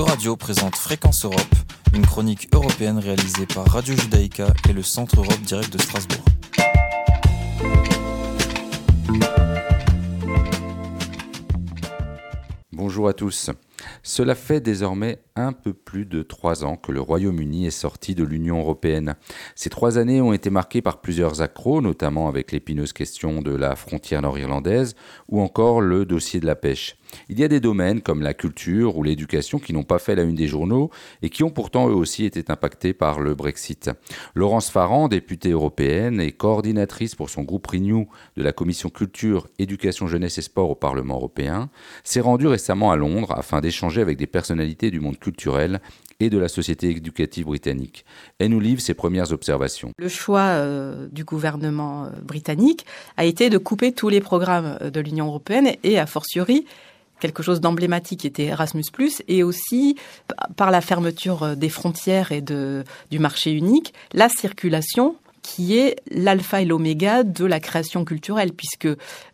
Euradio présente Fréquence Europe, une chronique européenne réalisée par Radio Judaïka et le Centre Europe Direct de Strasbourg. Bonjour à tous. Cela fait désormais un peu plus de 3 ans que le Royaume-Uni est sorti de l'Union européenne. Ces 3 années ont été marquées par plusieurs accros, notamment avec l'épineuse question de la frontière nord-irlandaise ou encore le dossier de la pêche. Il y a des domaines comme la culture ou l'éducation qui n'ont pas fait la une des journaux et qui ont pourtant eux aussi été impactés par le Brexit. Laurence Farrand, députée européenne et coordinatrice pour son groupe Renew de la commission culture, éducation, jeunesse et sport au Parlement européen, s'est rendue récemment à Londres afin d'échanger avec des personnalités du monde culturel et de la société éducative britannique. Elle nous livre ses premières observations. Le choix du gouvernement britannique a été de couper tous les programmes de l'Union européenne et, a fortiori, quelque chose d'emblématique qui était Erasmus+, et aussi, par la fermeture des frontières et du marché unique, la circulation qui est l'alpha et l'oméga de la création culturelle, puisque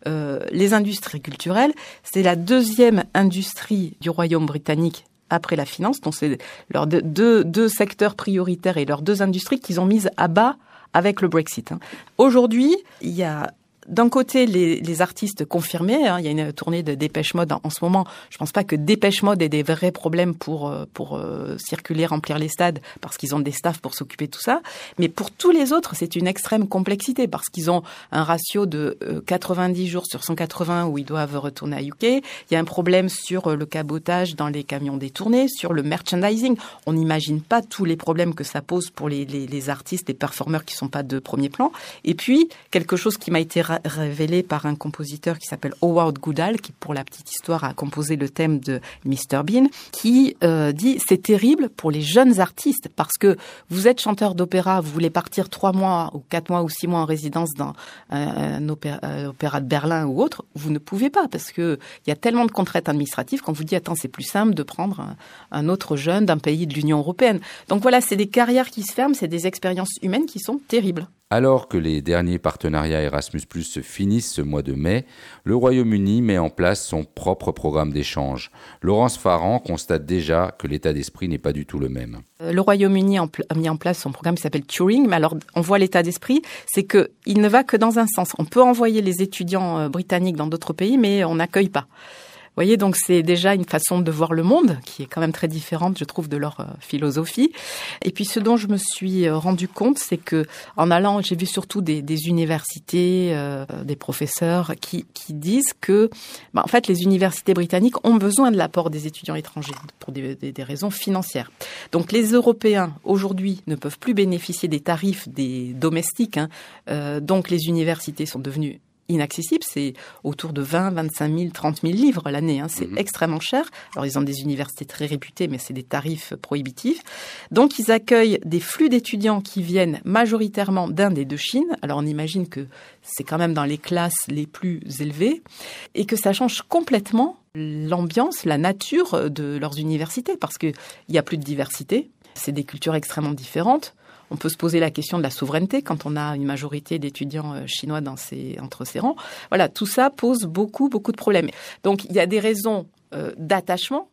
les industries culturelles, c'est la deuxième industrie du Royaume britannique après la finance, donc c'est leurs deux secteurs prioritaires et leurs 2 industries qu'ils ont mises à bas avec le Brexit. Aujourd'hui, il y a d'un côté les artistes confirmés, il y a une tournée de Dépêche Mode en ce moment. Je pense pas que Dépêche Mode ait des vrais problèmes pour circuler, remplir les stades, parce qu'ils ont des staffs pour s'occuper de tout ça. Mais pour tous les autres, c'est une extrême complexité, parce qu'ils ont un ratio de 90 jours sur 180 où ils doivent retourner à UK. Il y a un problème sur le cabotage dans les camions détournés, sur le merchandising. On n'imagine pas tous les problèmes que ça pose pour les artistes, les performeurs qui sont pas de premier plan. Et puis, quelque chose qui m'a été révélé par un compositeur qui s'appelle Howard Goodall, qui, pour la petite histoire, a composé le thème de Mr Bean, qui dit c'est terrible pour les jeunes artistes, parce que vous êtes chanteur d'opéra, vous voulez partir 3 mois ou 4 mois ou 6 mois en résidence dans un opéra de Berlin ou autre, vous ne pouvez pas, parce que il y a tellement de contraintes administratives qu'on vous dit attends, c'est plus simple de prendre un autre jeune d'un pays de l'Union européenne. Donc voilà, c'est des carrières qui se ferment, c'est des expériences humaines qui sont terribles. Alors que les derniers partenariats Erasmus+ se finissent ce mois de mai, le Royaume-Uni met en place son propre programme d'échange. Laurence Farrand constate déjà que l'état d'esprit n'est pas du tout le même. Le Royaume-Uni a mis en place son programme qui s'appelle Turing, mais alors on voit l'état d'esprit, c'est qu'il ne va que dans un sens. On peut envoyer les étudiants britanniques dans d'autres pays, mais on n'accueille pas. Vous voyez, donc c'est déjà une façon de voir le monde qui est quand même très différente, je trouve, de leur philosophie. Et puis ce dont je me suis rendu compte, c'est que en allant, j'ai vu surtout des universités, des professeurs qui disent que, en fait, les universités britanniques ont besoin de l'apport des étudiants étrangers pour des raisons financières. Donc les Européens aujourd'hui ne peuvent plus bénéficier des tarifs des domestiques. Donc les universités sont devenues inaccessible, c'est autour de 20, 25 000, 30 000 livres l'année. C'est extrêmement cher. Alors, ils ont des universités très réputées, mais c'est des tarifs prohibitifs. Donc, ils accueillent des flux d'étudiants qui viennent majoritairement d'Inde et de Chine. Alors, on imagine que c'est quand même dans les classes les plus élevées et que ça change complètement l'ambiance, la nature de leurs universités parce qu'il n'y a plus de diversité. C'est des cultures extrêmement différentes. On peut se poser la question de la souveraineté quand on a une majorité d'étudiants chinois entre ses rangs. Voilà, tout ça pose beaucoup de problèmes. Donc, il y a des raisons d'attachement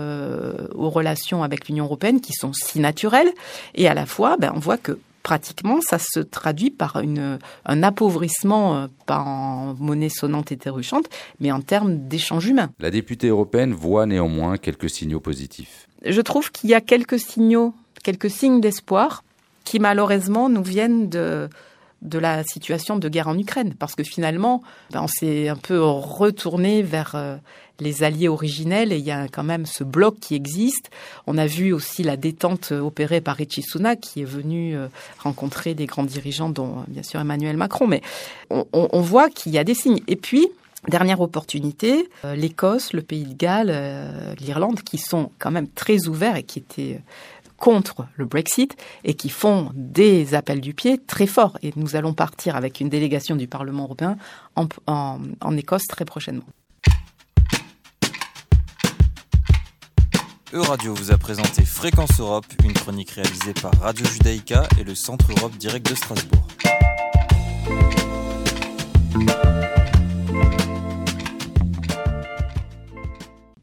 aux relations avec l'Union européenne qui sont si naturelles. Et à la fois, on voit que pratiquement, ça se traduit par un appauvrissement, pas en monnaie sonnante et trébuchante, mais en termes d'échanges humains. La députée européenne voit néanmoins quelques signaux positifs. Je trouve qu'il y a quelques signes d'espoir qui malheureusement nous viennent de la situation de guerre en Ukraine. Parce que finalement, on s'est un peu retourné vers les alliés originels et il y a quand même ce bloc qui existe. On a vu aussi la détente opérée par Rishi Sunak qui est venu rencontrer des grands dirigeants, dont bien sûr Emmanuel Macron. Mais on voit qu'il y a des signes. Et puis, dernière opportunité, l'Écosse, le Pays de Galles, l'Irlande, qui sont quand même très ouverts et qui étaient contre le Brexit et qui font des appels du pied très forts. Et nous allons partir avec une délégation du Parlement européen en Écosse très prochainement. Euradio vous a présenté Fréquence Europe, une chronique réalisée par Radio Judaïka et le Centre Europe Direct de Strasbourg.